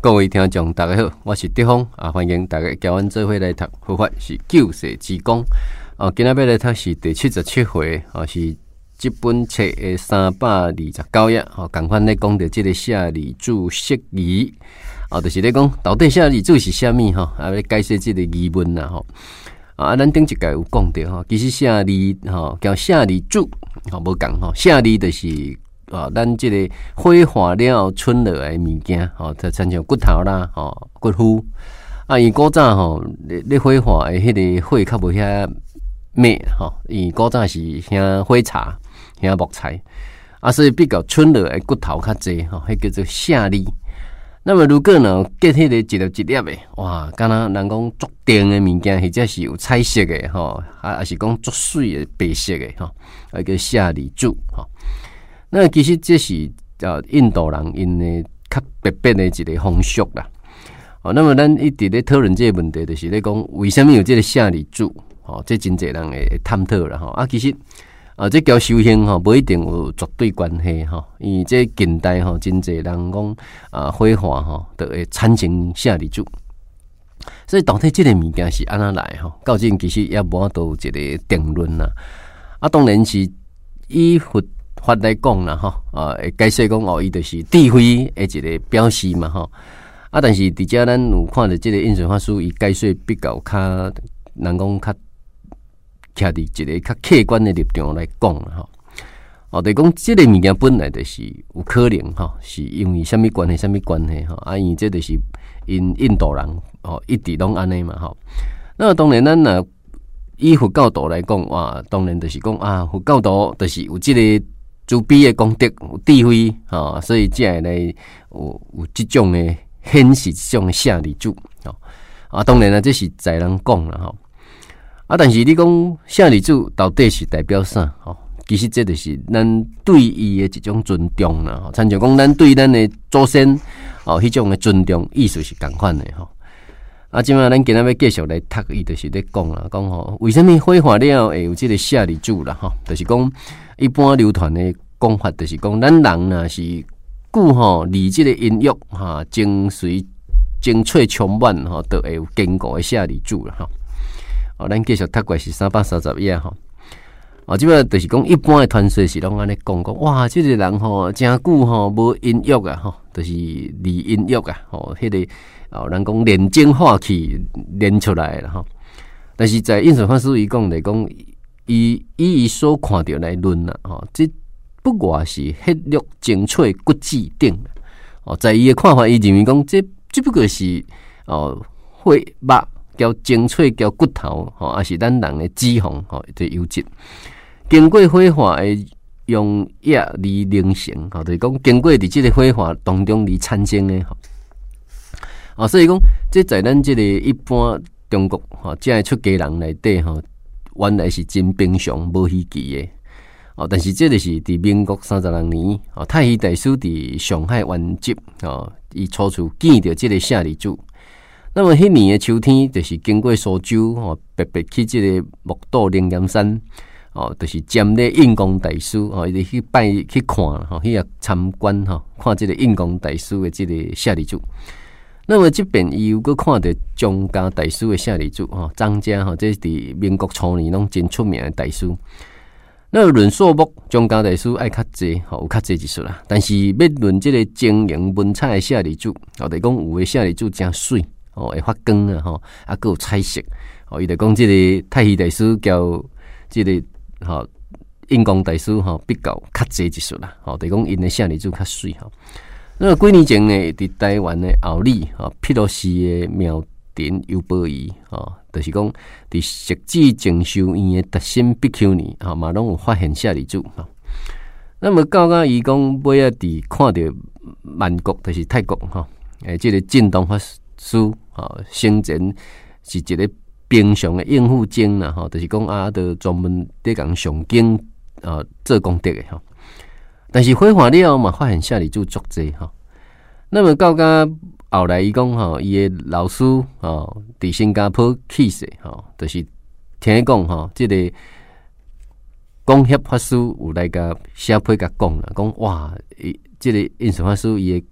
各位听众大家好，我是德峰啊，欢迎大家交阮做伙来读佛法是救世之功今仔要来读是第77回是这本册的329页同款咧讲到这个舍利子释疑就是咧讲到底舍利子是啥物要解释这个疑问啦咱顶一届有讲到其实舍利叫舍利子无共舍利就是咱这个火化了剩落来的物件就亲像骨头啦骨灰因古早咧火化的迄个火较无遐灭因古早是遐火柴遐木材所以比较剩落来骨头较济迄叫做舍利。那么如果呢结迄个一粒一粒的哇，敢若人讲足定的物件，或者是有彩色的还是讲足水的白色的叫舍利子那其实这是印度人因的较特别的一个风俗啦。那么咱一直咧讨论这个问题，就是咧讲为什么有这个舍利子？这真侪人会探讨啦。其实这交修行无一定有绝对关系因为这近代真侪人讲火化就会产生舍利子。所以到底这个物件是安怎来到今其实也无法度有一个定论啦。当然是以佛法来讲啦会解释讲伊就是智慧的一个表示嘛但是伫遮咱有看到这个印顺法师伊解释比较较人讲较徛伫一个较客观的立场来讲啦就是讲这个物件本来就是有可能是因为什么关系因为这就是因印度人一直拢安尼嘛那当然咱若以佛教徒来讲当然就是讲佛教徒就是有这个慈悲的功德，有智慧所以才会来有这种的显示这种的舍利子当然这是在人讲啦但是你讲舍利子到底是代表啥其实这就是咱对伊的一种尊重啦亲像讲咱对咱的祖先迄种的尊重意思是同款的即摆咱今仔要继续来读伊就是咧讲啦讲为什么火化了会有这个舍利子啦就是讲一般流传的讲法就是讲咱人若是久离这个阴郁精髓精粹充满就会有坚固的舍利子啦咱继续读过是330页即摆就是讲一般的传说是拢安尼讲哇这个人真久无阴郁就是离阴郁迄个人讲炼精化气炼出来啦但是在印顺法师伊讲来讲以所看到来论啦这不过是血肉精粹骨质顶在伊的看法伊认为讲这只不过是血肉叫精粹叫骨头也是咱人的脂肪的油脂经过火化的用液而凝成就是讲经过伫这个火化当中而产生的所以讲这在咱这个一般中国这样出家人内底原来是真平常无稀奇的但是这就是伫民国32年太虚大师伫上海湾集伊初次见到这个舍利子。那么迄年的秋天就是经过苏州特别去这个木岛灵岩山就是瞻咧印光大师伊去拜去看去参观看这个印光大师的这个舍利子。那么这边伊又搁看到张家大师的舍利子张家这是伫民国初年拢真出名的大师。那论数目，张家大师爱较济有较济一数啦。但是要论这个晶莹文采的舍利子就是讲有的舍利子真水会发光还有彩色伊就讲这个太虚大师交这个印光大师比较济一数啦就是讲因的舍利子较水那几年前呢，伫台湾的后里披露市的苗田优宝仪就是讲伫石子净修院的特心比丘尼嘛拢有发现舍利子那么到伊讲尾仔伫看到曼谷就是泰国这个净东法师生前是一个平常的应付精啦就是讲就专门在讲上经做功德的但是火化了嘛发现舍利子足济那么到后来伊讲伊的老师伫新加坡去世就是听讲这个讲协法师有来甲写批甲讲啦，讲哇，这个印顺法师伊的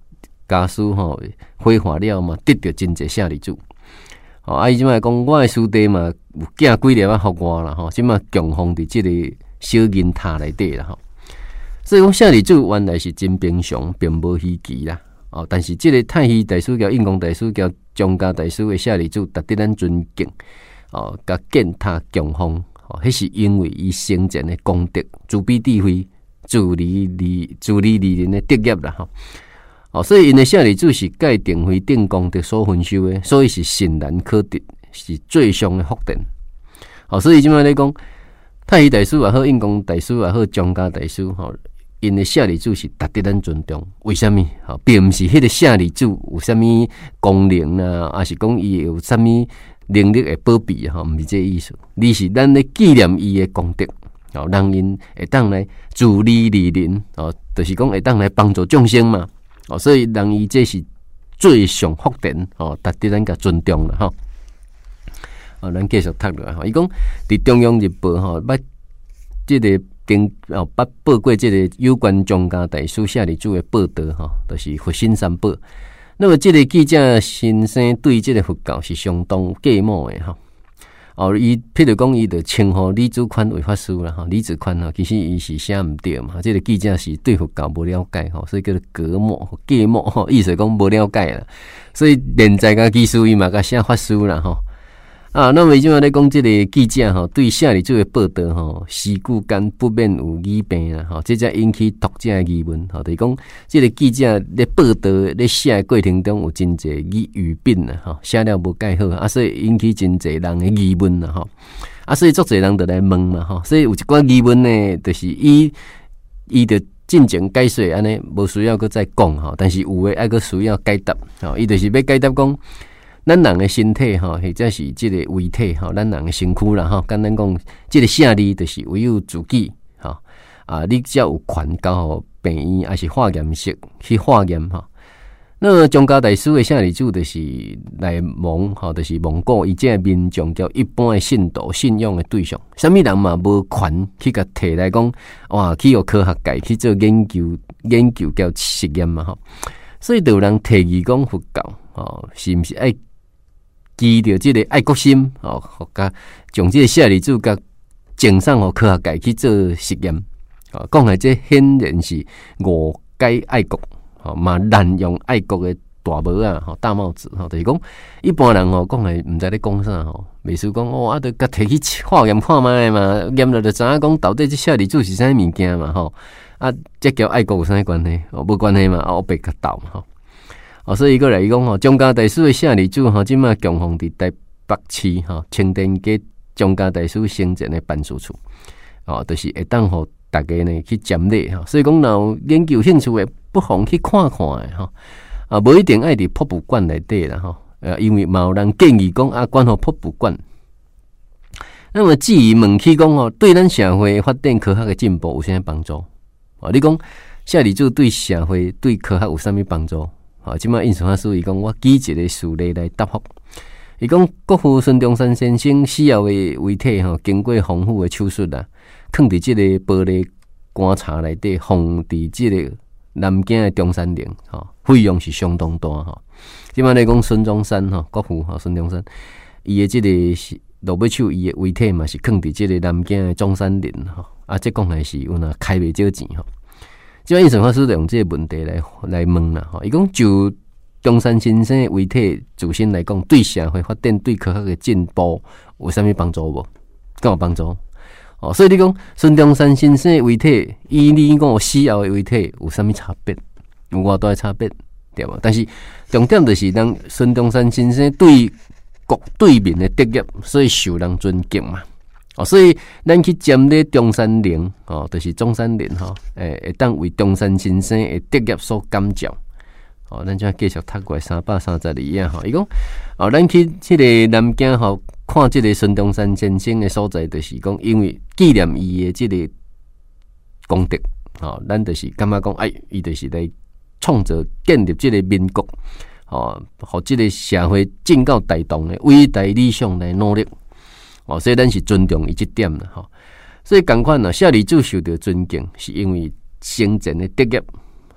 家书吼挥发了嘛，得到真济舍利子。伊即摆讲我的师弟嘛有寄几粒互我啦吼，即摆供奉伫即个小银塔内底啦吼。所以讲舍利子原来是真平常，并无稀奇啦。但是即个太虚大师、甲印光大师、甲张家大师的舍利子，值得咱尊敬。甲建塔供奉，迄是因为伊生前的功德、慈悲智慧、自利利人的德业啦吼。所以因的舍利子是盖定慧定功德所分修的，所以是甚难可得，是最上的福德。所以即摆咧讲，太虚大师也好，印光大师也好，张家大师因的舍利子是值得咱尊重。为什么？并毋是迄个舍利子有啥物功能啊，还是讲伊有啥物能力的保庇毋是这意思。你是咱咧纪念伊的功德，让因会当来自利利人，就是讲会当来帮助众生嘛。所以让伊这是最上福德，值得咱甲尊重啦咱继续读落伊讲伫中央日报捌即个报过即个有关张家大师舍利子的报道就是佛心三宝。那么即个记者先生对即个佛教是相当芥末的伊譬如讲伊就称呼李子宽为法师啦李子宽其实伊是写毋对嘛，即个记者是对佛教无了解所以叫做隔膜芥末意思讲无了解啦，所以连在甲技术伊嘛甲写法师啦那么即马咧讲即个记者对舍利子的报道事故间不免有语病啦这才引起读者的疑问就是讲即个记者咧报道咧写的过程中有真侪语病啦写了无介好所以引起真侪人的疑问啦所以足侪人就来问嘛所以有一寡疑问呢，就是伊就进前解说安尼，无需要搁再讲但是有诶还搁需要解答伊就是要解答讲。咱人的身体或者是即个遗体咱人的身躯啦简单讲，即个舍利就是唯有自己你只要有权交互病院还是化验室去化验那张家大师的舍利子就是来蒙就是蒙古以前民众叫一般的信徒信用的对象，啥物人嘛无权去甲摕来讲去互科学界去做研究叫实验嘛所以就有人提议讲佛教是毋是爱基着即个爱国心甲将即个舍利子甲赠送互科学界去做实验讲来这显然是误解爱国嘛滥用爱国的大帽大帽子就是讲一般人讲来毋知咧讲啥袂输讲就甲摕去化验看卖嘛，验了就知影讲到底这舍利子是啥物件嘛这叫爱国有啥关系无关系嘛我白甲斗嘛所以过来讲张家大师的舍利子即马供奉伫台北市青田街张家大师生前的办事处就是会当互大家呢去瞻礼所以讲若有研究兴趣的不妨去看看的无一定爱伫博物馆内底啦因为嘛有人建议讲关互博物馆。那么至于问起讲对咱社会发展科学的进步有啥帮助你讲舍利子对社会对科学有啥物帮助即摆印顺法师伊讲，我举一个事例来答复。伊讲，国父孙中山先生死后的遗体经过丰富的手术放伫即个玻璃棺材内底，放伫即个南京的中山陵费用是相当大即摆来讲，孙中山国父孙中山，伊的即个落尾手，伊的遗体嘛是放伫即个南京的中山陵这讲来是有哪开袂少钱即摆印顺法师就用这个问题来问啦伊讲就中山先生的遗体自身来讲，对社会发展、对科学的进步有啥物帮助无？敢有帮助？所以你讲孙中山先生的遗体，以你讲死后的遗体有啥物差别？有偌大的差别，对无？但是重点就是让孙中山先生对国对民的德业，所以受人尊敬嘛。所以咱去瞻礼中山陵就是中山陵会当为中山先生的德业所感召咱就继续读过332页伊讲咱去这个南京看这个孙中山先生的所在，就是讲因为纪念伊的这个功德咱就是感觉讲伊就是来创造建立这个民国互这个社会进到大同的伟大理想来努力所以咱是尊重伊这点所以同款舍利子受到尊敬，是因为生前的德业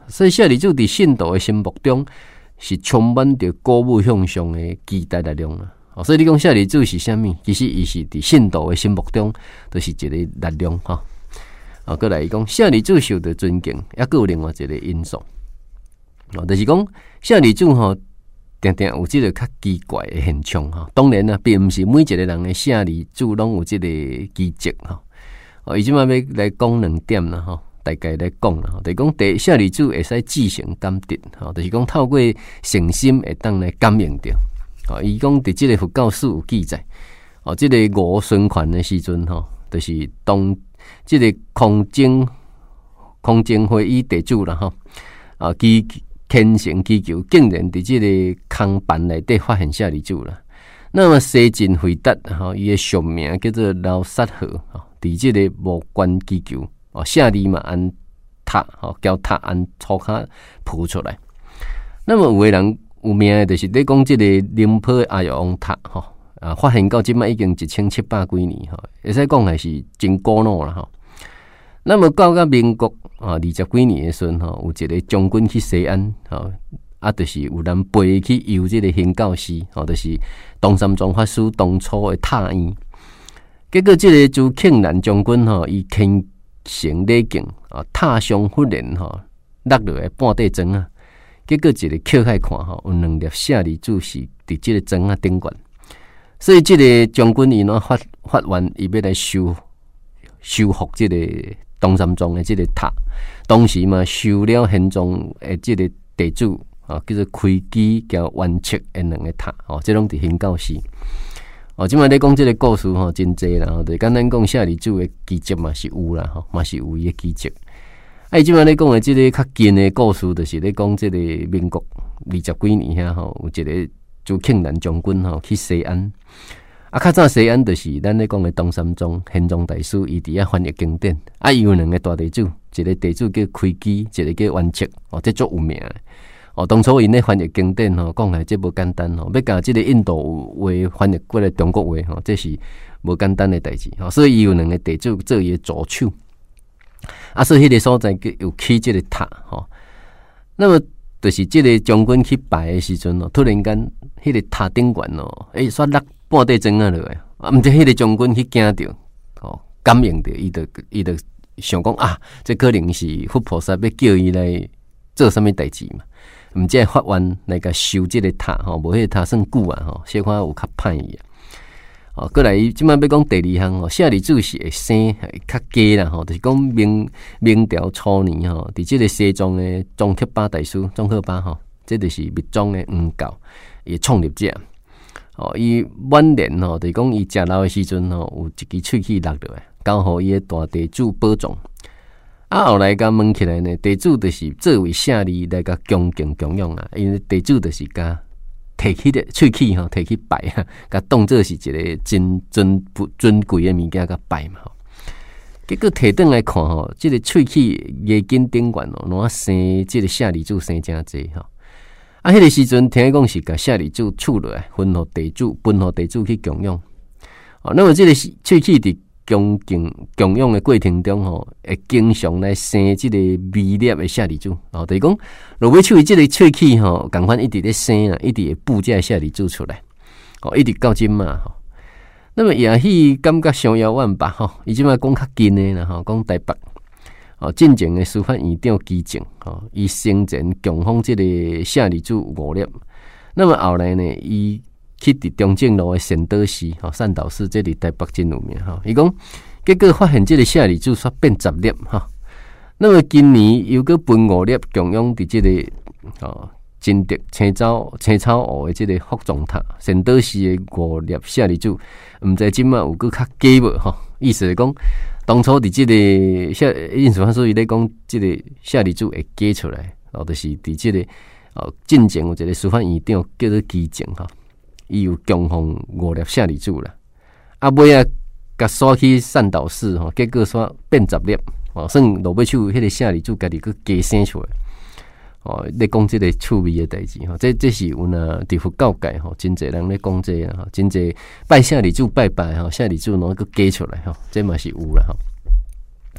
所以舍利子伫信徒的心目中是充满着鼓舞向上的期待力量啦。所以你讲舍利子是啥物？其实伊是伫信徒的心目中都是一个力量哈。过来伊讲舍利子受到尊敬，还佫有另外一个因素，就是讲舍利子吼，定定有即个较奇怪的现象哈。当然啦，并毋是每一个人的舍利子拢有即个奇迹哈。伊即摆要来讲2点啦吼，大概来讲啦，就是讲第舍利子会使继承感德吼，就是讲透过诚心会当来感应着。伊讲伫即个佛教史有记载，即个五孙权的时阵吼，就是当即个空前会议地主啦吼，其虔诚祈求，竟然伫即个空盘内底发现舍利子啦。那么西晋惠达吼，伊的俗名叫做老萨河吼，伫即个无关祈求，舍利嘛按塔吼，叫塔按粗骹铺出来。那么有个人有名的，就是咧讲即个宁波的阿育王塔吼，发现到即摆已经1700几年吼，会使讲还是真古老啦吼。那么到民国20几年的时阵吼，有一个将军去西安吼，就是有人陪去游即个兴教寺吼，就是东山庄法师当初的塔院。结果即个朱庆南将军吼，伊虔诚礼敬塔上忽然吼落落来半块砖啊。结果一个捡开看吼，有2粒舍利子是伫即个砖啊顶悬，所以即个将军伊发愿，伊要来修复即个东山庄的即个塔。当时嘛，修了现状的即个地主叫做开基交元策的2个塔即拢伫兴教寺。即摆咧讲即个故事吼，真济啦，就简单讲舍利子的奇迹嘛是有啦，嘛是有伊的奇迹。即摆咧讲的即个较近的故事，就是咧讲即个民国20几年遐吼，有一个朱庆南将军吼去西安。较早西安就是咱咧讲的东山庄玄奘大师，伊伫遐翻译经典。伊有2个大地主，一个地主叫开基，一个叫元策，这足有名的。当初因咧翻译经典吼，讲来这无简单吼，要甲即个印度话翻译过来中国话吼，这是无简单的代志吼。所以伊有2个地主做伊的助手。所以迄个所在有起即个塔吼。那么就是即个将军去拜的时阵突然间迄个塔顶悬煞落半块砖啊落来，毋知迄个将军去惊着感应着，伊就想讲这可能是佛菩萨要叫伊来做啥物代志嘛，毋知发愿来甲修即个塔吼，无迄个塔算久啊吼，小可有较歹伊过来即摆要讲第2项舍利子是会生较低啦吼，就是讲明朝初年吼，伫即个西藏的宗喀巴大师宗喀巴吼，这就是密宗的黄教伊创立者。伊晚年吼，就是讲伊食老的时阵吼，有一支喙齿落落来，交互伊的大地主保重。后来甲问起来呢，地主就是作为舍利来甲恭敬供养啊，因为地主就是甲摕起的喙齿吼，摕去拜甲当做是一个真尊贵的物件甲拜嘛。结果摕转来看吼，即个喙齿牙根顶悬哪生即个舍利子生真济吼。迄个时阵听讲是甲舍利子取落来，分互地主去供养。那么即个喙齿伫供养的过程中吼，会经常来生即个微粒的舍利子。就是讲，若要取即个喙齿吼，共款一直咧生啊，一直会布这舍利子出来，一直到今嘛吼。那么也许感觉相遥远吧吼，伊即摆讲较近的啦吼，讲台北。进前的司法院长基正伊生前供奉即个舍利子5粒。那么后来呢，伊去伫中正路的善导寺善导寺，这伫台北真有名伊讲，结果发现即个舍利子煞变10粒那么今年又搁分5粒供养伫即个真德青草湖的即个福藏塔，善导寺的5粒舍利子，毋知今仔有搁较加无意思是讲。当初伫即个印书法师伊咧讲，即个舍利子会加出来，就是伫即个进前有一个司法院长叫做基正伊有供奉5粒舍利子啦。尾甲刷去善导寺结果煞变10粒算落尾手迄个舍利子家己去加生出来。咧讲即个趣味的代志这是有呐，伫佛教界真侪人咧讲这啦真侪拜舍利子拜舍利子哪个加出来这嘛是有啦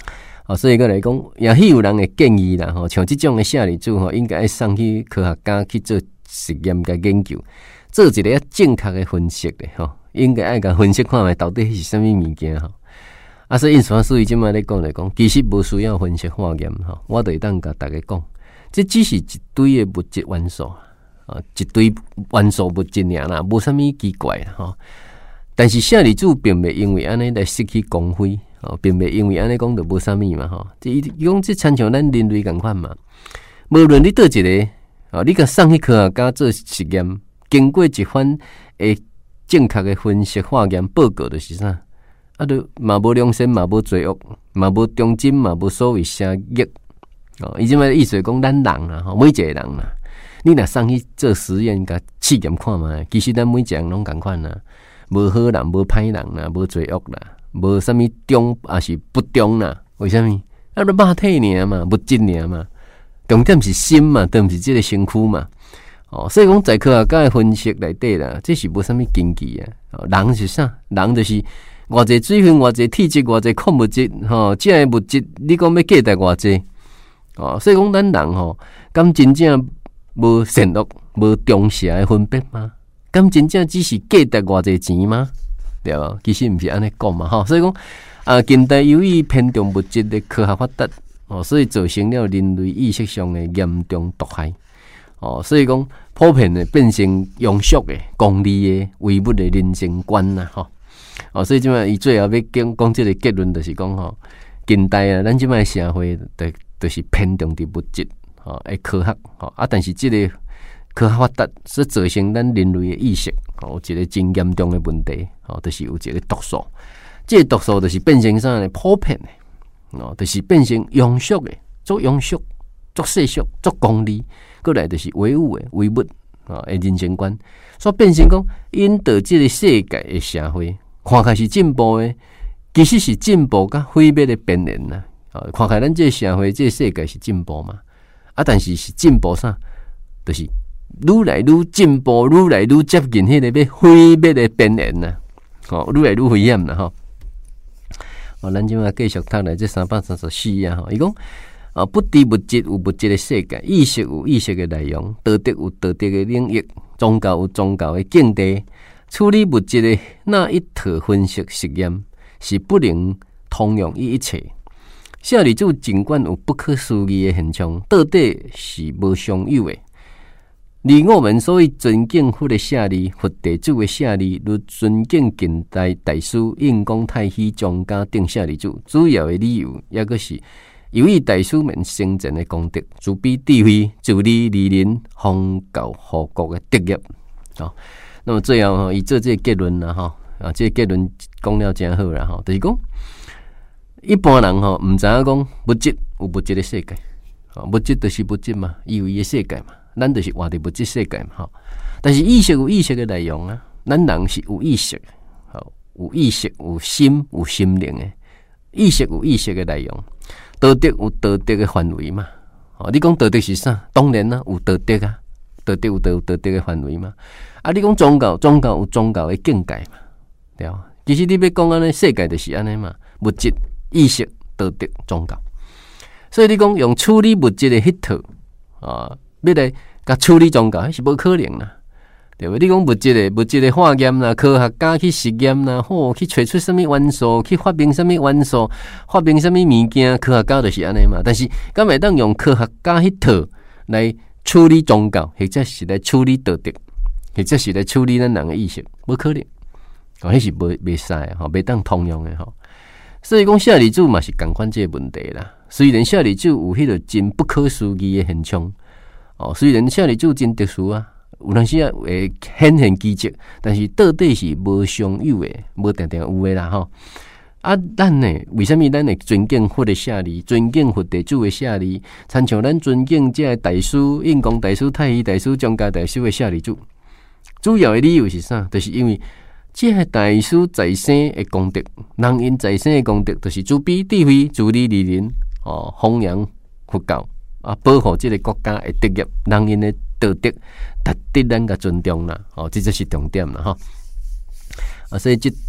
所以个来讲，也许有人会建议啦，像这种的舍利子应该送去科学家去做实验甲研究，做一个正确的分析的应该爱甲分析看卖到底是什么物件所以因所以即摆咧讲来讲，其实无需要分析化验我就会当甲大家讲，这只是一堆的物质元素一堆元素物质尔啦，无啥物奇怪但是舍利子并未因为安尼来失去光辉并未因为安尼讲就无啥物嘛伊讲这亲像咱人类共款嘛，无论你倒一个你甲送去科学家做实验，经过一番正确的分析化验报告，就是啥就嘛无良心，嘛无罪恶，嘛无忠贞，嘛无所谓邪恶伊即摆意思讲咱人啦每一个人啦，你若送去做实验甲试验看嘛，其实咱每一个人拢共款啦，无好人，无歹人啦，无罪恶啦，无啥物忠也是不忠啦。为什么？都肉体尔嘛，物质尔嘛，重点是心嘛，都毋是即个身躯嘛。所以讲在科学家的分析内底啦，这是无啥物根据人是啥？人就是偌济水分，偌济体质，偌济矿物质这个物质你讲要价值偌济所以讲咱人敢真正无善恶、无忠邪的分别吗？敢真正只是价值偌济钱吗？对吧？其实毋是安尼讲嘛所以讲近代由于偏重物质的科学发达所以造成了人类意识上的严重毒害所以讲普遍的变成庸俗的、功利的、唯物的人生观啦所以即摆伊最后要讲这个结论，就是讲近代咱即摆社会就是偏重伫物质科学但是这个科学发达是造成咱人类的意识有一个真严重的问题就是有一个毒素，这个毒素就是变成啥呢？普遍的就是变成庸俗的，做庸俗、做世俗、做功利，过来就是唯物的、唯物的人生观，所以变成讲引导这个世界的社会看起来是进步的，其实是进步甲毁灭的边缘啦看起来咱这个社会、这个世界是进步嘛但是是进步啥？就是愈来愈进步，愈来愈接近迄个要毁灭的边缘啦愈来愈危险啦咱即马继续读来这334伊讲不敌物质有物质的世界，意识有意识的内容，道德有道德的领域，宗教有宗教的境地。处理物质的那一套分析实验是不能通用于一切。舍利子尽管有不可思议的现象，到底是无常有的。而我们所谓尊敬佛的舍利、佛地主的舍利，如尊敬近代大师印光太虚庄家等舍利子，主要的理由也个是由于大师们生前的功德、慈悲智慧、自利利人、奉教护国的德业那么最后以做这个结论啦这个结论讲了真好啦就是讲一般人唔知影讲物质有物质的世界物质就是物质嘛，伊有伊的世界嘛，咱就是活伫物质世界嘛但是意识有意识的内容咱人是有意识有意识、有心、有心灵的意识有意识的内容，道德有道德的范围嘛你讲道德是啥？当然有道德道德有道德的范围嘛你讲宗教有宗教的境界嘛对吧？其实你要讲安尼世界就是安尼嘛，物质、意识、道德、宗教。所以你讲用处理物质的迄套要来甲处理宗教，那是无可能啦，对不？你讲物质的化验啦，科学家去实验啦，去找出什么元素，去发明什么元素，发明什么物件，科学家就是安尼嘛。但是敢会当用科学家迄套来处理宗教，或者是来处理道德，或者是来处理咱人的意识，无可能迄是袂使袂当通用的所以讲舍利子嘛是共款这个问题啦。虽然舍利子有迄个真不可思议的现象虽然舍利子真特殊有当时会显现奇迹，但是到底是无常有的，无定定有的啦咱呢？为什么咱会尊敬佛的舍利，尊敬佛地主的舍利，参像咱尊敬这个大师印光大师、太虚大师、庄家大师的舍利子？主要的理由是啥？就是因为这个大师在生的功德，人因在生的功德，就是慈悲智慧、自利利人弘扬佛教保护这个国家的德业，人因的道德值得咱个尊重啦这就是重点啦所以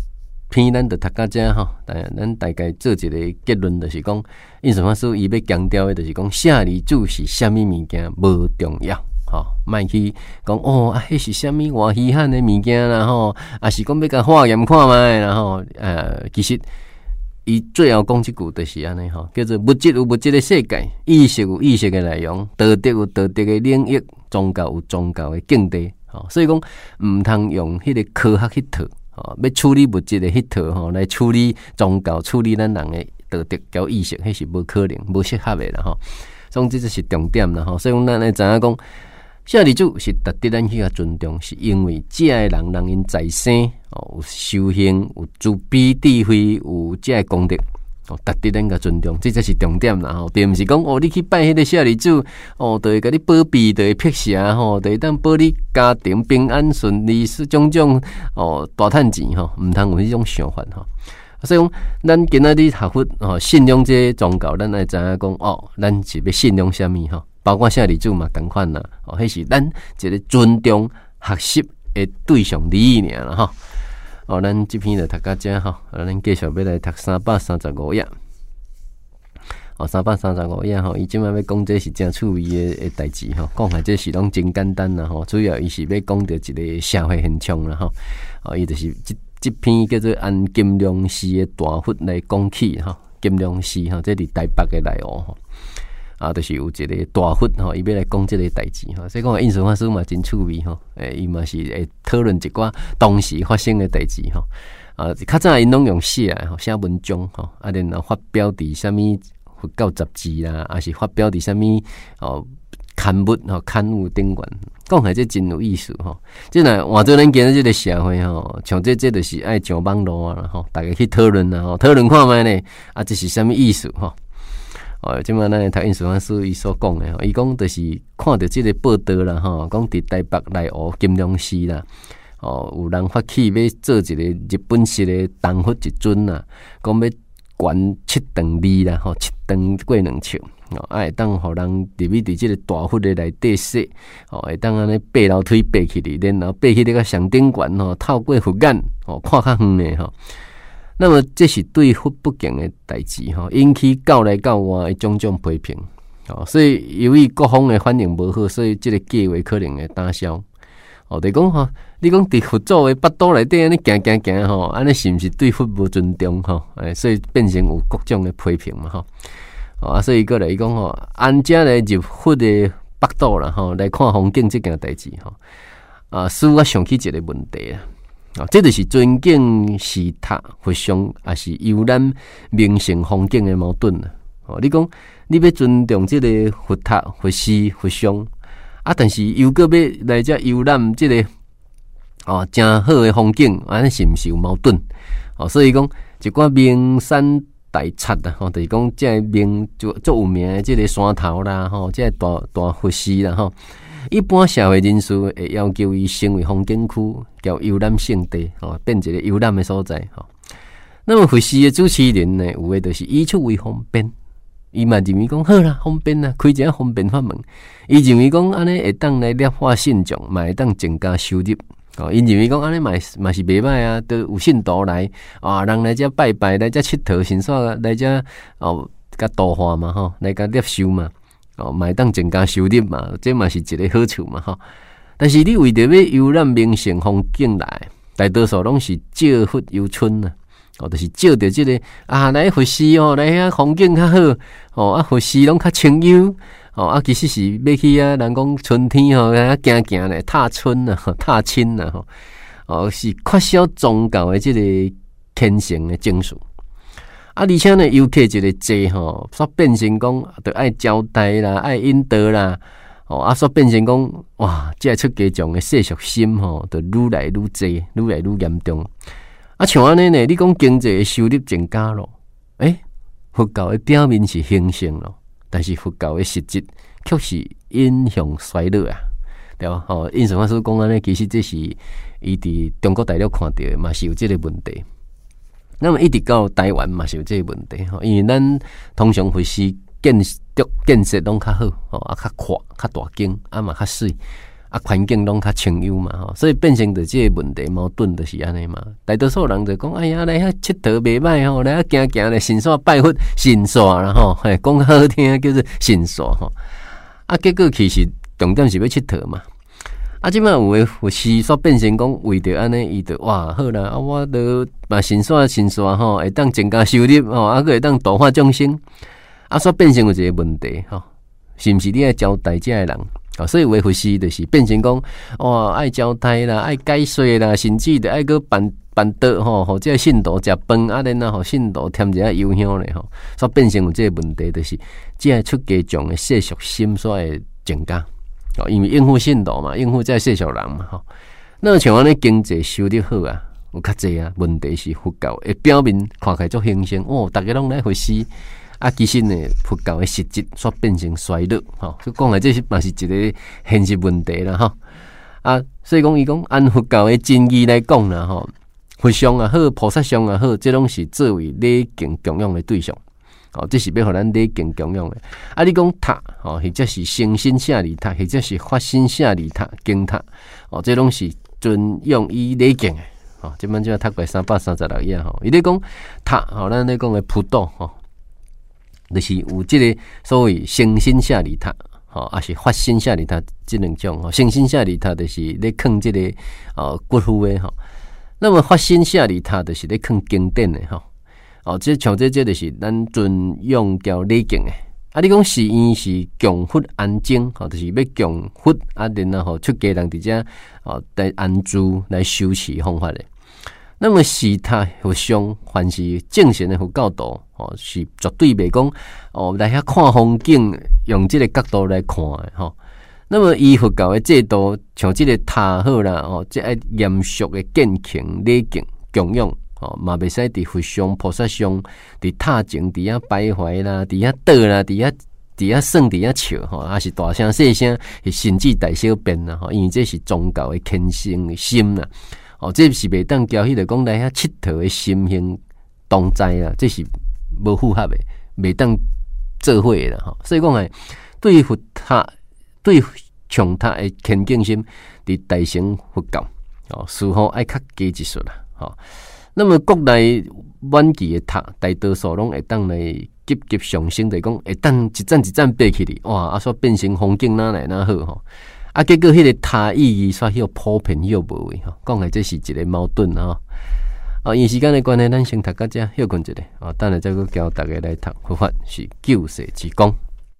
篇咱就读到这吼，咱大概做一个结论，就是讲，印顺法师伊要强调的，就是讲，舍利子是啥物物件无重要，吼，莫去讲迄是啥物偌稀罕的物件啦，吼，啊是讲要甲化验看卖，然后其实伊最后讲一句就是安尼吼，叫做物质有物质的世界，意识有意识的内容，道德有道德的领域，宗教有宗教的境地，吼，所以讲毋通用迄个科学迄套。要处理物质的迄套吼，来处理宗教、处理咱人的道德交意识，迄是无可能、无适合的啦吼。总之这是重点啦吼。所以讲咱会知影讲，舍利子是值得咱去尊重，是因为这个人因在生有修行、有慈悲智慧、有这个功德，值得咱个尊重，这才是重点啦吼。并毋是讲你去拜迄个舍利子，就会甲你保庇，就会辟邪吼，就会当保你家庭平安顺利，是种大趁钱吼，毋通有迄种想法吼。所以讲，咱今仔日学佛信仰这宗教，咱会知影讲咱是要信仰啥物吼，包括舍利子嘛共款啦，迄是咱一个尊重学习的对象理念啦吼。咱这篇就读到这吼，咱继续要来读335页。335页吼，伊即摆要讲这是真趣味的代志吼，讲下这是拢真简单啦吼，主要伊是要讲到一个社会现象啦吼，伊就是这篇叫做按金良寺的大佛来讲起吼，金良寺吼，这伫台北的内湖吼。就是有一个大佛吼，伊要来讲这个代志吼，所以讲印顺法师嘛真趣味吼，伊嘛是会讨论一寡当时发生的代志吼，较早因拢用写写文章吼，然后发表伫啥物佛教杂志啦，还是发表伫啥物刊物刊物顶悬，讲起这真有意思吼。即若换做咱今日这个社会吼，像这就是爱上网络啊吼，大家去讨论啦吼，讨论看卖呢，这是啥物意思吼？即摆咱读印顺法师伊所讲的，伊讲就是看到即个报道啦，吼，讲伫台北内湖金良寺啦，有人发起要做一个日本式的铜佛一尊啦，讲要悬7丈2啦，吼，7丈过2尺，会当互人入去伫即个大佛的内底说，会当安尼爬楼梯爬起哩，然后爬起咧个上顶悬吼，透过佛眼看较远的吼。那么这是对佛不敬的代志吼，引起教内教外的种种批评，所以由于各方的反应无好，所以这个计划可能会打消。就是讲吼，你讲伫佛祖的腹肚内底安尼行吼，安尼是毋是对佛无尊重吼？所以变成有各种的批评嘛吼。所以过来讲吼，安遮来入佛的腹肚啦吼，来看风景这件代志吼，使我想起一个问题啦。这就是尊敬寺塔佛像，还是游览名胜风景的矛盾啦。你讲你要尊重这个佛塔、佛寺、佛像，但是又搁要来这游览这个真好的风景，安是毋是有矛盾？所以讲一寡名山大刹啦，就是讲这名就有名的这个山头啦，这大佛寺啦，一般社会人士会要求伊成为风景区，叫游览胜地，变一个游览的所在。那么佛寺的主持人呢，有的就是以出为方便，伊嘛认为讲好啦，方便啦，开一个方便法门。伊认为讲安尼会当来劣化信众，嘛会当增加收入。伊认为讲安尼嘛是袂歹啊，都有信徒来人来遮拜拜，来遮佚佗，甚至来遮甲度化嘛来甲接受嘛。嘛会当增加收入嘛，这嘛是一个好处嘛但是你为着要游览名胜风景来，大多数拢是借佛游春啊，就是借着这个来佛寺来遐风景较好佛寺拢较清幽其实是要去人讲春天行咧踏春踏青是缺少宗教的这个虔诚的精神。而且呢，游客一个坐所变成讲，就爱招待啦，爱引导啦，所变成讲，哇，这出家众的世俗心就愈来愈多，愈来愈严重。像安尼呢，你讲经济的收入增加咯，佛教的表面是兴盛咯，但是佛教的实质却是引向衰落啊，对吧？印顺法师讲安尼，其实这是伊伫中国大陆看到的，嘛是有这个问题。那么一直到台湾嘛是有这个问题因为咱通常佛寺建设拢较好较宽较大间嘛较水啊，环境拢较清幽嘛吼，所以变成着即个问题矛盾就是安尼嘛。大多数人就讲，哎呀，来遐佚佗袂歹吼，来遐行行咧神山拜佛神山啦吼，嘿，讲好听叫做神山吼。啊，结果其实重点是要佚佗嘛。啊，即摆有诶有时煞变成讲为着安尼，伊就哇好啦，啊，我都嘛神山吼，会当增加收入吼，啊，佫会当度化众生，啊，煞变成有一个问题吼，是毋是你爱交代这个人？啊，所以维护师就是变成讲，哇，爱交代啦，爱解说啦，甚至的爱个办桌吼，或者信徒食饭啊，然后信徒添一下油香咧吼，所以变成有这个问题，就是即个出家众的世俗心所会增加。因为应付信徒嘛，应付这世俗人嘛吼。那像安尼经济收入好啊，有较济啊。问题是佛教的表面看起来足兴盛哦，大家拢来回事啊。其实呢，佛教的实质所变成衰落吼。所以讲的这是嘛是一个现实问题啦吼。啊，所以讲伊讲按佛教的真义来讲啦吼，佛像啊好，菩萨像啊好，这拢是作为礼敬供养的对象。哦，这是要互咱礼敬供养的。啊，你讲塔哦，或者是诚心舍利塔，或者是发心舍利塔、经塔，哦，这拢是尊用以礼敬的。哦，这本就要读过336页吼。伊咧讲塔，吼，咱咧讲的普渡吼，就是有这个所谓诚心舍利塔，吼，啊是发心舍利塔这两种。吼，诚心舍利塔就是咧藏这个骨灰的吼，那么发心舍利塔就是咧藏经典的吼。哦，这像这就是咱尊用叫礼敬的。啊，你讲寺院是供佛安静，吼，就是要供佛啊，然后出家人伫遮哦来安住来修持方法的。那么其他佛像，凡是正神的佛教徒，哦，是绝对袂讲哦来遐看风景，用这个角度来看的吼。那么依佛教的制度，像这个塔好啦，哦，这爱严肃的敬虔礼敬供养。哦，嘛袂使伫佛像、菩萨像、伫塔前、伫遐徘徊啦、伫遐倒啦、伫遐耍、伫遐笑吼，还是大声细声，甚至大小便啦吼，因为这是宗教的虔诚的心啦。哦，这是袂当交迄个讲来遐佚佗的心性同在啦，这是无符合的，袂当做伙的啦吼。所以讲诶，对佛塔、对像塔的虔敬心，伫大乘佛教哦，似乎爱较加一术啦吼。那么国内晚期的塔，大多数拢会当来急急上升，就讲会当一站一站爬起哩，哇！啊，煞变成风景哪来哪好吼？啊，结果迄个塔意义煞迄个普遍迄个无位吼，讲的这是一个矛盾吼。啊，因时间的关系，咱先读到这，休困一下啊，等下再去教大家来读佛法是救世之功。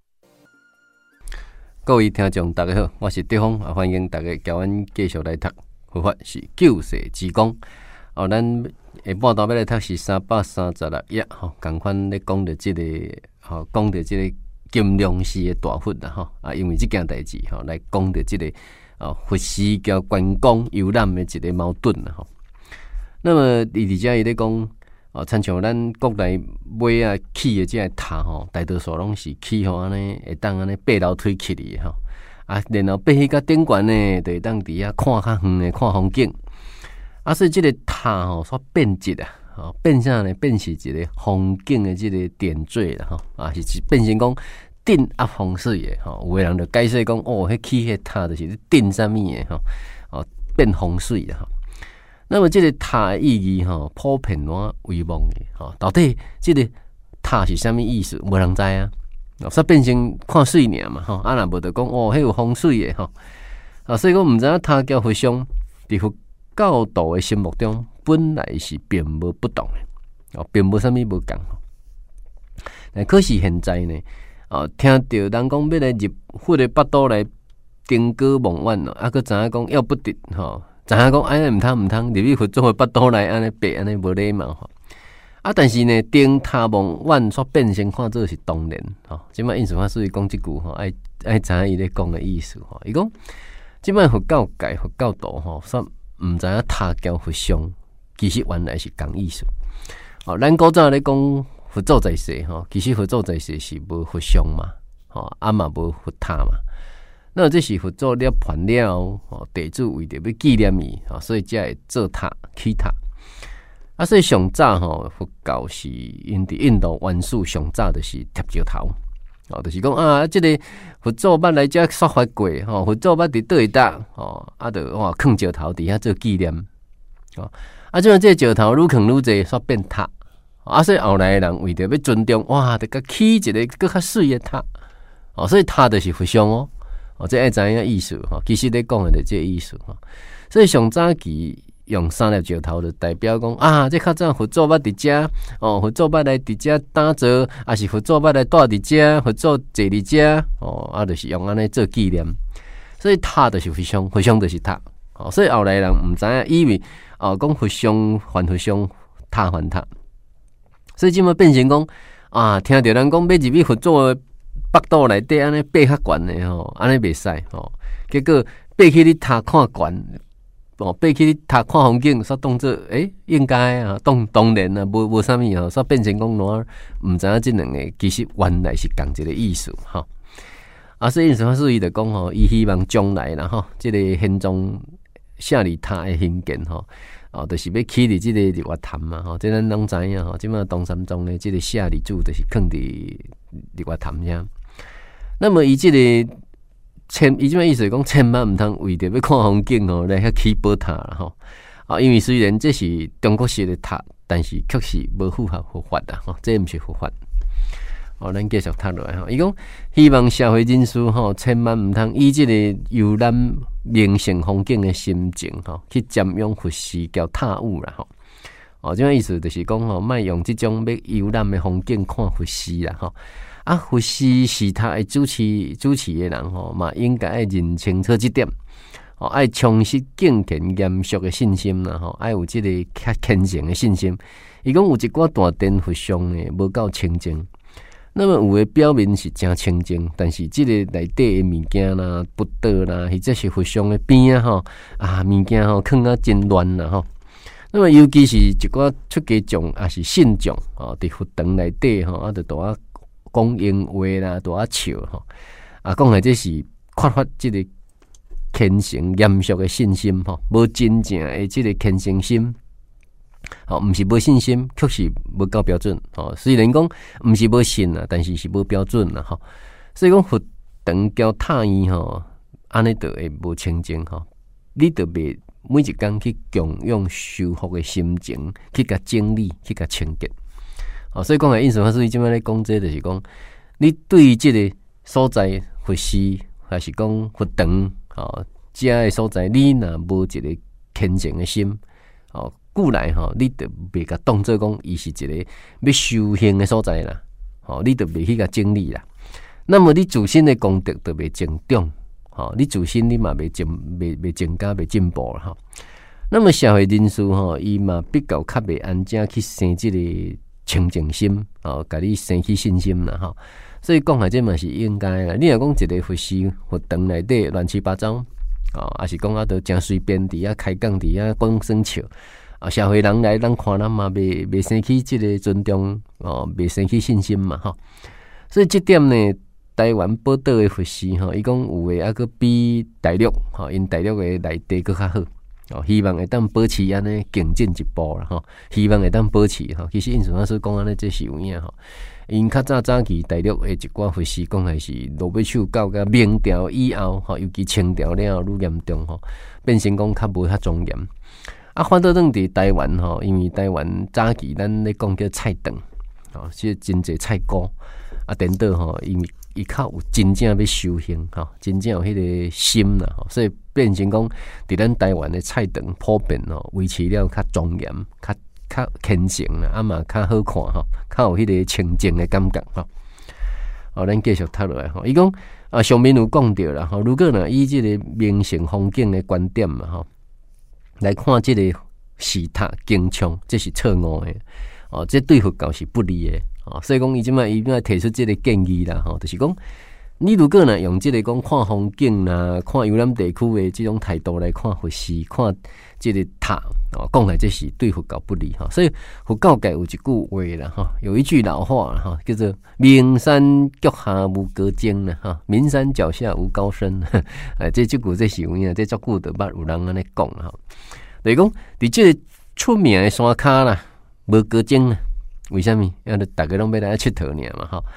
各位听众大家好，我是德峰啊，欢迎大家交阮继续来读佛法是救世之功。哦，咱下半段要来读是336页吼，共款咧讲着即个吼，讲着即个金龙寺的大佛啦吼啊，因为即件代志吼，来讲着即个佛寺交观光游览的一个矛盾啦吼。那么伊伫遮伊咧讲亲像咱国内买啊起的即个塔吼，大多数拢是起吼安尼会当安尼爬楼梯起哩吼啊，然后爬去到顶悬呢，就会当伫遐看较远的看风景。啊，所以这个塔吼所变质啊，变啥呢？变是一个风景的这个点缀啦，吼啊，是变成讲镇压风水的吼。有个人就解释讲，哦，迄起迄塔就是镇啥物的吼，哦，变风水啦吼。那么这个塔的意义吼，普遍喏为望的吼，到底这个塔是啥物意思？无人知啊，所以变成看水尔嘛吼。啊，若无就讲哦，迄有风水的吼啊，所以讲毋知影塔叫佛像伫佛教徒的心目中，本来是并无不同的，并无啥物无共。但可是现在呢，听到人讲要来入佛的八道来登高望远啊，佮知影讲要不得吼，知影讲哎毋通入去佛祖的八道来安尼爬安尼无礼貌吼。啊，但是呢，登塔望远所变成看做是当然吼。即摆印顺法师讲即句吼，爱知影伊咧讲的意思吼。伊讲即摆佛教界佛教徒吼，毋知影塔教佛像，其实原来是共意思。咱古早咧讲佛祖在世吼，其实佛祖在世是无佛像嘛，啊嘛无佛塔嘛。那这是佛祖涅槃了后，地主为着要纪念伊，所以才会做塔起塔。啊，所以上早吼，佛教是因伫印度原始上早就是贴石头， 就是讲啊，这个佛祖捌来遮说法过，佛祖捌伫倒一搭，就哇囥石头底下做纪念，即样这石头愈囥愈济，煞变塔，所以后来的人为着要尊重，哇，得甲起一个更较水的塔，所以塔就是佛像这爱知影意思其实咧讲的就这意思所以上早期用三粒石头就代表讲啊，这较早佛祖捌伫遮佛祖捌来伫遮打坐，还是佛祖捌来住伫遮，佛祖坐伫遮就是用安尼做纪念。所以塔就是佛像，佛像就是塔所以后来人毋知影，以为讲佛像还佛像，塔还塔，所以即么变成讲听到人讲要入去佛祖的腹肚内底，安尼爬较悬的安尼袂使结果爬去你塔看悬。爬去你塔看风景，煞当作应该当然无啥物煞变成讲哪毋知影即两个其实原来是同一个意思所以因法师伊就讲伊希望将来啦即个现状舍利塔的兴建就是要起伫即个日月潭嘛即咱拢知影即马东山庄的即个舍利子就是囥伫日月潭遐。那么伊即个伊即摆意思是讲，千万毋通为着要看风景来遐起宝塔啦因为虽然这是中国式的塔，但是确实无符合佛法啦这毋是佛法。咱继续读落来伊讲希望社会人士千万毋通以即个游览名胜风景的心情去瞻仰佛寺交塔舞啦即摆意思就是讲莫用即种要游览的风景看佛寺啦佛寺寺塔的主持的人嘛应该爱认清楚这点爱充实敬虔严肃的信心啦爱有这个较虔诚的信心。伊讲有一寡大殿佛像的无够清净，那么有的表面是真清净，但是这个内底的物件啦、不得啦，或者是佛像的边物件囥啊真乱啦那么尤其是一寡出家众也是信众伫佛堂内底就大讲闲话啦，大笑讲的这是缺乏这个虔诚严肃的信心无真正的这个虔诚心毋是无信心，确实无够标准虽然讲毋是无信但是是无标准啦所以讲佛堂交塔院安尼就会无清净你就袂每一工去供养修福的心情，去甲整理，去甲清洁所以讲的意思，所以即摆咧讲这就是讲，你对这个所在佛寺还是讲佛堂遮的所在，你若无一个虔诚的心故来你就袂甲当做讲伊是一个要修行的所在啦你就袂去甲整理啦。那么你自身的功德就袂增长你自身你嘛袂增加袂进步啦那么社会人士伊嘛比较较袂安正去生这个清净心甲你生起信心啦所以讲这嘛是应该啦。你若讲一个佛寺佛堂内底乱七八糟还是讲都真随便伫开讲伫讲生笑社会人来咱看咱嘛袂生起这个尊重袂生起信心嘛所以这点呢，台湾宝岛的佛寺伊讲有诶还佫比大陆因大陆诶内地佫较好希望会当保持安尼更进一步啦希望会当保持其实因所讲安尼这是有影因较早期大陆诶一寡佛寺讲的是落尾手到甲明朝以后尤其清朝了后愈严重变成讲较无较庄严反倒转伫台湾因为台湾早期咱咧讲叫菜场是真侪菜糕颠倒因为伊较有真正要修行真正有迄个心啦所以变成讲伫咱台湾的菜场普遍维持了较庄严较虔诚啦嘛较好看较有迄个清净的感觉咱继续读落来伊讲上面有讲到啦如果呢以这个名胜风景的观点嘛来看这个寺塔经冲，这是错误的这对佛教是不利的所以讲伊即摆提出这个建议啦就是讲你如果呢用这个讲看风景啦看游览地区的这种态度来看佛寺看这个塔讲来这是对佛教不利所以佛教界有一句话啦有一句老话啦叫做名山脚下无高僧啦名山脚下无高僧这句这是有影这足久就捌有人安尼讲就是讲伫这个出名的山骹啦无高僧啦为什么？因为大家拢要来佚佗尔嘛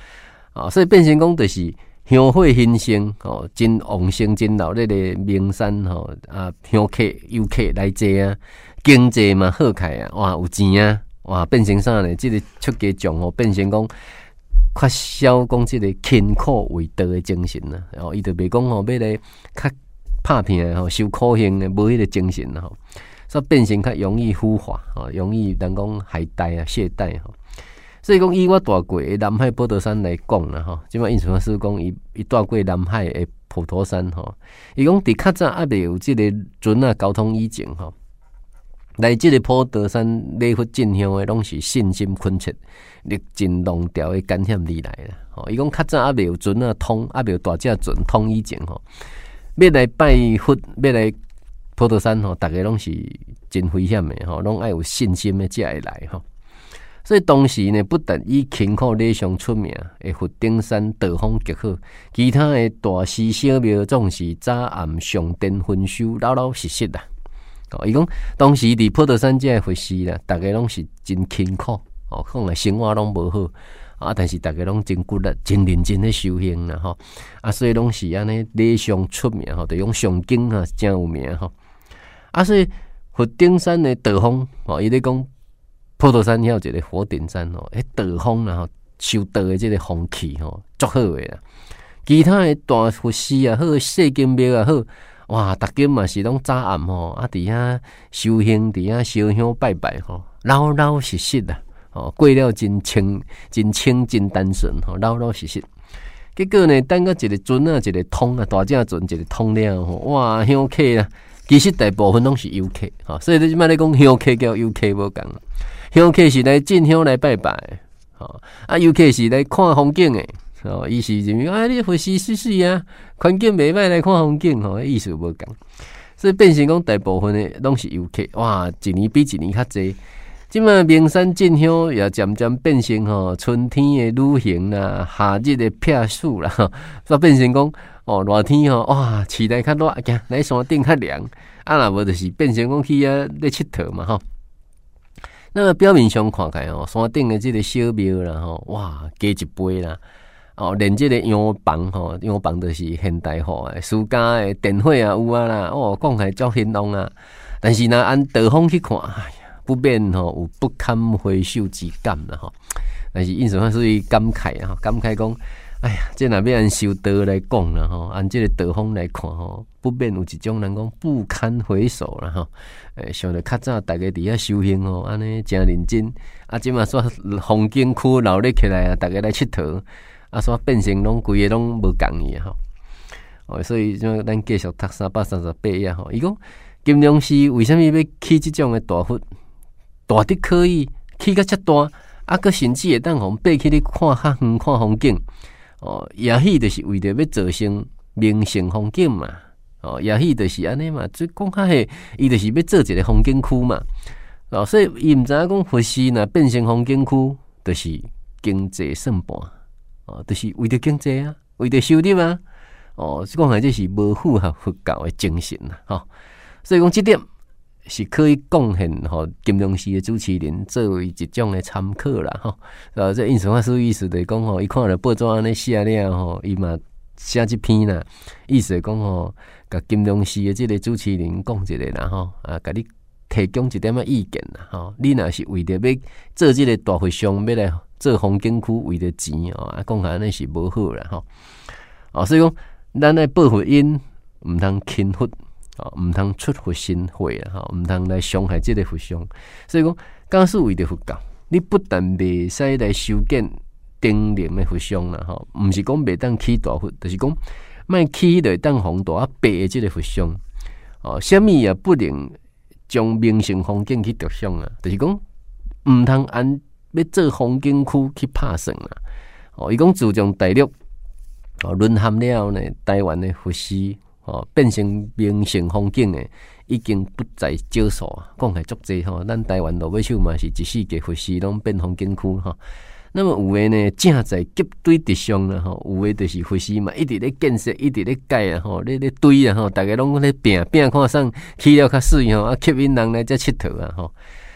所以变成讲就是香火兴盛真旺盛真闹热的名山香客游客来坐啊，经济嘛好开啊，哇有钱啊，哇变成啥呢？这个出家众变成讲缺少讲这个勤苦为道的精神啊，伊就袂讲要来较拍拼受苦刑的，无迄个精神所以变成较容易腐化容易人讲懈怠啊懈怠所以讲以我住过的南海普陀山来讲啦即摆印象师讲伊住过南海的普陀山伊讲伫较早还未有即个船交通以前来即个普陀山礼佛进香的拢是信心恳切、历尽浪潮的感染而来啦。伊讲较早还未有船通，还未有大只船通以前要来拜佛，要来普陀山大家拢是真危险的拢爱有信心的才会来所以当时呢，不但以勤苦礼上出名的佛顶山道风极好，其他的大寺小庙总是早暗上殿分修，老老实实啦。伊讲当时伫普陀山这个佛寺啦，大家拢是真勤苦讲的生活拢无好但是大家拢真骨力、真认真的修行啦所以拢是安尼礼上出名就用上经真有名所以佛顶山的道风伊咧讲普陀山还有一个火顶山道风啦修道的这个风气足好的啦。其他的大佛寺啊好，细金庙啊好。哇！逐间嘛是拢早暗伫遐修行，伫遐烧香拜拜老老实实啦过了真清真单纯老老实实。结果呢，等到一个船一个通大只船一个通了哇！香客啦，其实大部分拢是游客所以你即摆咧讲香客叫游客无共，香客是来进香来拜拜游客是来看风景的。伊是认为你佛寺水水啊，环境袂歹来看风景意思无共，所以变成讲大部分的拢是游客，哇，一年比一年较济。即卖名山进香也渐渐变成春天的旅行啦，夏日的避暑啦，所以变成讲热天哇，市内较热，来山顶较凉，若无就是变成讲去咧佚佗嘛那么表面上看起来山顶的这个小庙啦哇，加一杯啦。连这个洋房洋房就是现代化的，私家的电火啊有啦，讲起来足兴隆啊。但是按道风去看，哎呀，不免有不堪回首之感啦但是印象上属于感慨感慨讲，哎呀，这若要按修道来讲啦按这个道风来看不免有一种人讲不堪回首啦想着较早大家伫遐修行安尼真认真即嘛说风景区闹热起来大家来佚佗。所变成拢规个拢无共伊所以咱继续读338页伊讲金龙寺为什么要起这种的大佛？大得可以起到遮大，佮甚至会当互爬起去看较远看风景也许就是为着要造成名胜风景嘛也许就是安尼嘛，即讲较细，伊就是要做一个风景区嘛所以伊毋知影讲佛寺若变成风景区，就是经济算盘。就是为着经济为着收入讲起来这是无符合佛教的精神所以讲这点是可以贡献金龙寺的主持人作为一种的参考啦这印象书意思就是讲伊看了报纸安尼写了伊嘛写这篇啦，意思是讲甲金龙寺的这个主持人讲一下啦甲你提供一点意见啦你若是为着要做这个大佛像要来做风景区为着钱讲安尼是无好啦所以讲咱来报佛因毋通轻佛毋通出佛心会啦毋通来伤害这个佛像。所以讲假使为着佛教，你不但袂使来修建顶灵的佛像啦毋是讲袂当起大佛，就是讲莫起来当宏大白的这个佛像什么也不能将名胜风景去着想就是讲毋通按要做风景区去拍算伊讲自从大陆沦陷了后呢，台湾的佛寺变成名胜风景的已经不在少数讲起足济咱台湾落尾手嘛是一世界佛寺拢变风景区那么有的呢正在急堆直上啦有的就是佛寺嘛一直咧建设，一直咧盖咧堆大家拢咧拼看啥起了较水吸引人来遮佚佗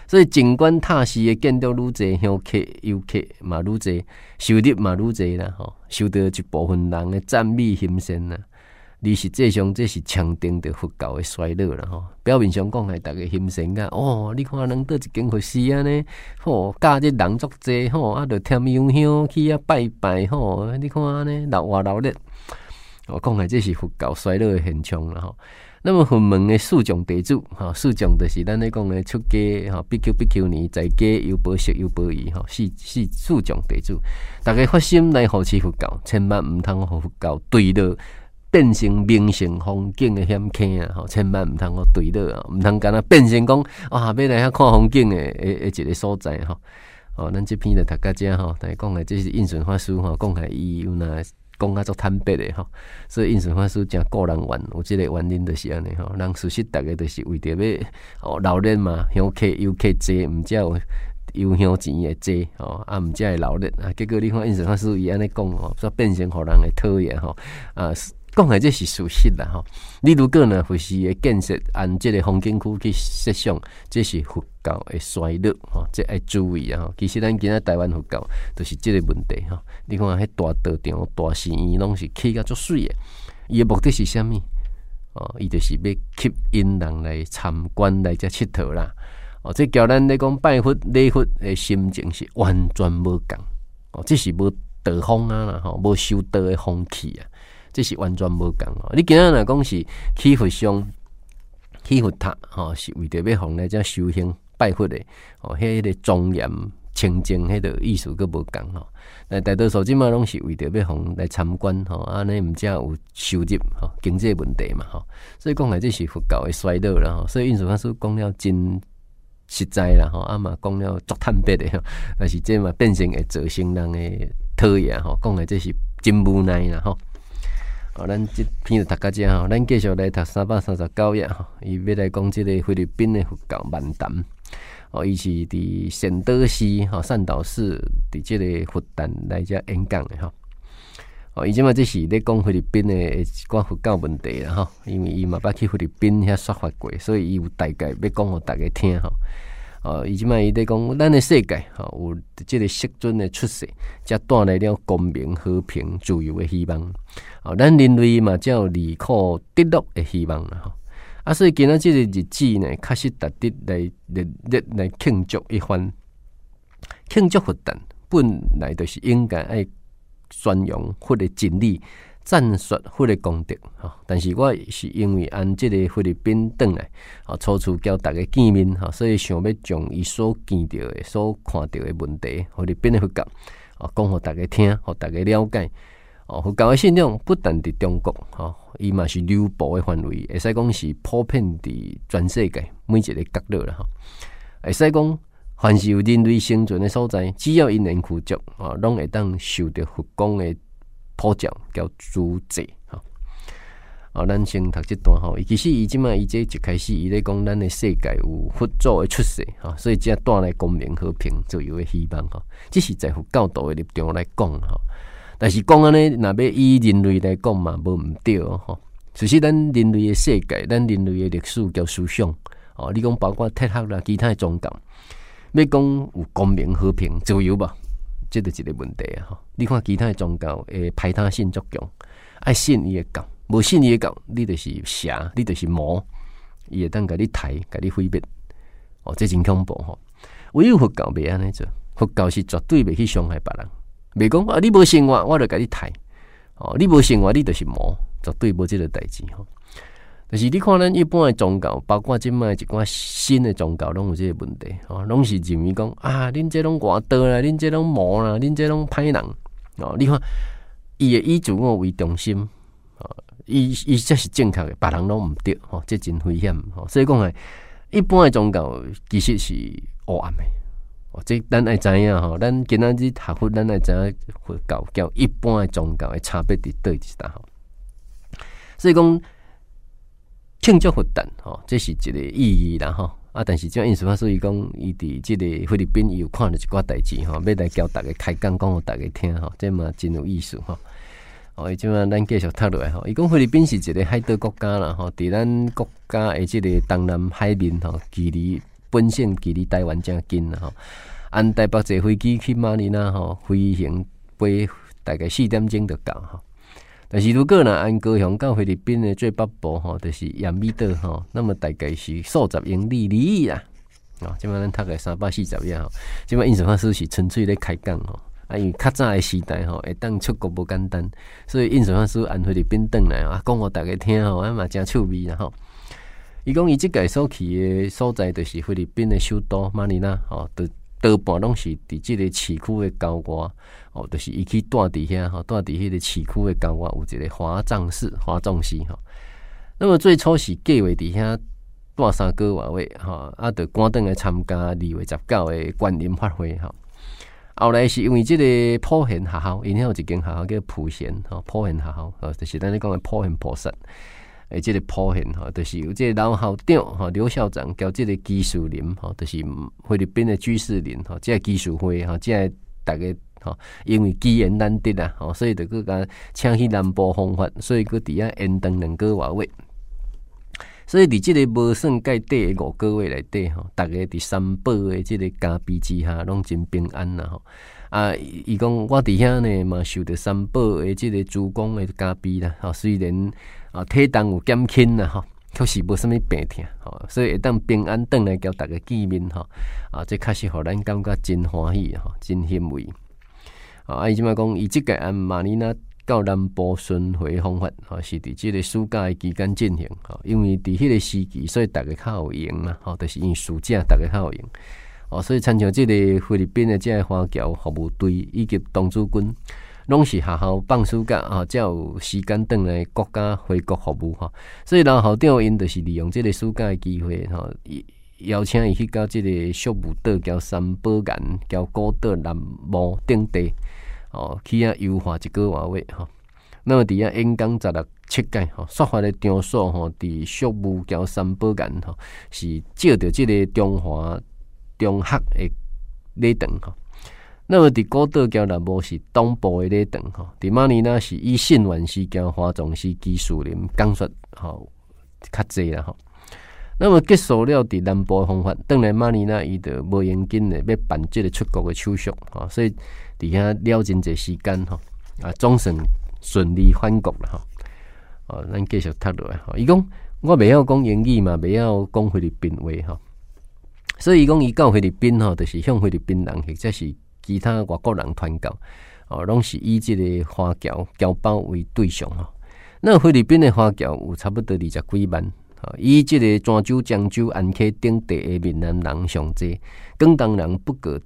所以尽管塔寺的建筑愈济，香客游客嘛愈济，收入嘛愈济啦，受到一部分人的赞美欣赏啦。而实际上这是象征着佛教的衰落啦，表面上讲，大家欣赏啊，你看人倒一间佛寺啊呢，假日人足济，啊，着添香香去啊拜拜，你看呢，闹热闹热。讲的这是佛教衰落的现象啦，那么佛门的四众地主，四众就是咱咧讲的出家，比丘尼，在家游保释游保仪，四众地主，大家发心来护持佛教，千万唔通互佛教对落变成名胜风景的险坑啊！千万唔通互对落啊，唔通干那变成讲要来遐看风景的一个所在咱这篇就读到这但是讲的这是印顺法师讲的伊有那。讲较足坦白的所以印顺法师真个人愿有这个原因就是安尼人事实大家就是为着要留念嘛，香客游客济，唔才有游香钱会济唔才会留念结果你看印顺法师伊安尼讲所变成互人的讨厌讲的这是事实啦你如果呢佛寺的建设按这个风景区去设想，这是佛教的衰落这要注意其实咱今仔台湾佛教就是这个问题你看迄大道场、大寺院拢是起甲足水的，伊的目的是啥物伊就是要吸引人来参观来遮佚佗啦这叫咱咧讲拜佛礼佛的心情是完全无共这是无道风啦无修道的风气这是完全无共你今仔若讲是去佛像、去佛塔是为着要互来遮修行拜佛的迄个庄严清净，迄个意思佫无共但大多数即马拢是为着要互来参观安尼毋则有收入经济问题嘛所以讲来这是佛教的衰落啦所以印顺法师讲了真实在啦嘛讲了足坦白的但是这嘛变成会造成人的讨厌讲来这是真无奈啦咱这篇就读到这咱继续来读339页伊要来讲这个菲律宾的佛教漫谈伊是伫善导寺善导寺伫这个佛坛来遮演讲的伊即马这是咧讲菲律宾的一寡佛教问题啦因为伊嘛捌去菲律宾遐说法过，所以伊有大概要讲互大家听伊即马伊咧讲咱的世界有即个色尊的出世，才带来了公平、和平、自由的希望咱人类嘛才有离苦得乐的希望啦所以今仔这个日子呢，确实值得来庆祝一番。庆祝佛诞本来就是应该爱宣扬佛的真理，赞说佛的功德但是我是因为按这个菲律宾转来初次交大家见面所以想要将伊所见到的、所看到的问题，菲律宾的佛教讲互大家听，互大家了解。佛教的信仰不但伫中国伊嘛是流布的范围，会使讲是普遍伫全世界每一个角落啦会使讲凡是有人类生存的所在，只要因缘具足拢会当受到佛光的普照叫主持咱先读这段其实伊即马伊这一开始伊咧讲咱的世界有佛祖的出世所以才带来公平、和平、自由的希望这是在佛教徒的立场来讲但是讲安尼，若要以人类来讲嘛，无毋对其实咱人类的世界，咱人类的历史叫思想你讲包括哲学啦，其他的宗教，要讲有公平、和平、自由吧，这就是一个问题你看其他的宗教会排他性足强，爱信伊的教，无信伊的教，你就是邪，你就是魔，伊会当甲你抬，甲你毁灭这真恐怖唯有佛教袂安尼做，佛教是绝对袂去伤害别人。袂讲你无生活，我就甲你抬你无生活，你就是魔，绝对无这个代志但是你看咱一般的宗教，包括即卖一寡新的宗教，拢有这个问题拢是认为讲恁这拢外道啦，恁这拢魔啦，恁这拢歹人你看伊会以自我为中心伊这是正确的，别人拢毋对这真危险所以讲一般的宗教其实是黑暗的这咱爱知影咱今仔日学佛，咱爱知影佛教叫一般的宗教的差别伫倒一搭所以讲庆祝佛诞这是一个意义啦但是像印顺法师伊讲，伊伫即个菲律宾伊有看到一寡代志要来教大家开讲，讲互大家听这嘛真有意思伊即嘛咱继续读落来伊讲菲律宾是一个海岛国家啦伫咱国家的即个东南海面距离本省距离台湾真近啦吼。按台北坐飞机去马尼拉吼，飞行飞大概4点钟就到吼。但是如果呢按高雄到菲律宾的最北部吼，就是亚米岛吼，那么大概是数十英里离啦。即摆咱读个340页吼，即摆印刷法师是纯粹咧开讲吼。因为较早的时代吼，会当出国无简单，所以印刷法师按菲律宾转来讲互大家听吼，嘛真趣味啦吼。伊讲伊即届所去的所在，就是菲律宾的首都马尼拉吼，多半拢是伫即个市区的郊外哦，就是伊去住伫遐吼，住伫迄个市区的郊外有一个华藏寺吼。那么最初是计划伫遐住3个月吼，就赶转来参加2月19的观音法会吼。后来是因为即个普贤学校，因遐有一间学校叫普贤吼，普贤学校就是咱咧讲的普贤菩萨。即个普贤吼，就是有即个老校长吼刘校长交即个技术林吼，就是菲律宾的居士林吼，即个技术会吼，即个大家吼，因为机缘难得啊吼，所以就佮甲请去南部方法，所以佮伫遐延长2个月。所以伫即个无算介短的5个月内底吼，大家伫三宝的即个加庇之下，拢真平安啦吼。伊讲我伫遐呢嘛受到三宝的即个主公的加庇啦吼，虽然体重有减轻啦吼，确实无啥物病痛吼，所以会当平安转来交大家见面吼，这确实互咱感觉真欢喜吼，真欣慰。伊即摆讲伊即个按马尼拉到南部巡回方法吼，是伫即个暑假的期间进行吼，因为伫迄个时期，所以大家较有闲嘛吼，就是因为暑假大家较有闲所以参像即个菲律宾的即个华侨服务队以及童子军，拢是学校放暑假才有时间转来国家回国服务吼，所以老校长因就是利用即个暑假的机会吼，邀请伊去到即个宿务岛、交三宝岩、交古岛、南部等地去优化1个月吼。那么伫演讲16、7届吼，说法的场所吼，伫宿务交三宝岩吼，是照着即个中华中学的礼堂吼。那么伫古岛交南部是东部的礼堂吼，伫马尼拉是以信源寺交花总寺技术林讲述吼较济啦吼。那么结束了伫南部的方法，转来马尼拉伊就无用紧的要办即个出国的手续吼，所以伫遐了真侪时间吼，总算顺利返国啦吼。咱继续读落来吼。伊讲我袂晓讲英语嘛，袂晓讲菲律宾话吼，所以讲伊到菲律宾吼，就是向菲律宾人或者是其他外国人传教拢是以即个华侨侨胞为对象吼。那菲律宾的华侨有差不多20几万。以即个泉州、漳州、安溪等地的闽南人上济，广东人不过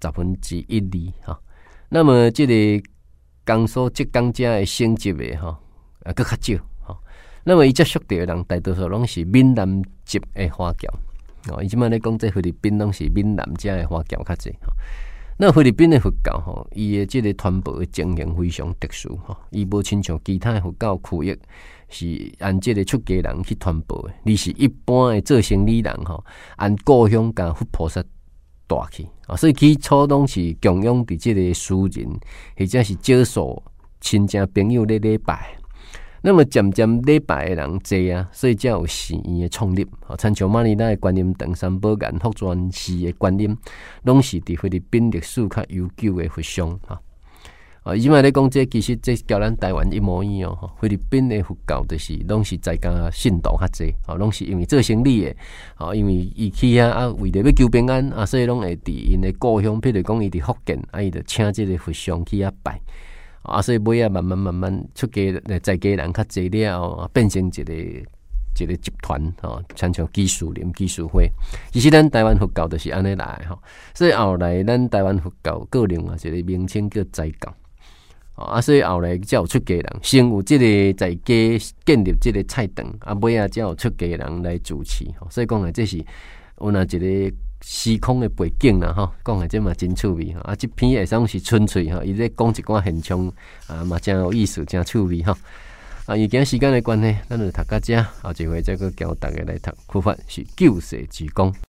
1/12哈。那么即个江苏浙江遮的省级的佫较少哈。那么伊接触到的人大多数拢是闽南籍的华侨伊即摆咧讲这菲律宾拢是闽南遮的华侨较济哈。那菲律宾的佛教吼，伊的即个传播的情形非常特殊吼，伊无亲像其他的佛教区域是按即个出家人去传播的，你是一般的做生意人吼，按故乡甲佛菩萨带去所以起初拢是供养伫即个私人或者是少数亲戚朋友咧礼拜。那么渐渐礼拜的人多所以才有寺院的创立亲像马尼拉的观音堂、三宝岩、福泉寺的观音，拢是伫菲律宾历史较悠久的佛像伊即摆咧讲，这其实这交咱台湾一模一样菲律宾的佛教就是拢是在家信徒较济拢是因为做生意的因为伊去为着要求平安所以拢会伫因的故乡，譬如讲伊伫福建伊就请这个佛像去拜所以尾慢慢出家在家人较济了变成一个集团亲像技术林、技术会。其实咱台湾佛教就是安尼来所以后来咱台湾佛教个另外一个名称叫斋教所以后来才有出家人，先有即个在家建立即个菜堂尾才有出家人来主持所以讲这是有一个时空的背景啦讲的这嘛真趣味这篇会算是纯粹伊咧讲一寡现象嘛真有意思，真趣味因今时间的关系，咱就读到这，后一回再去教大家来读，佛法是救世之功。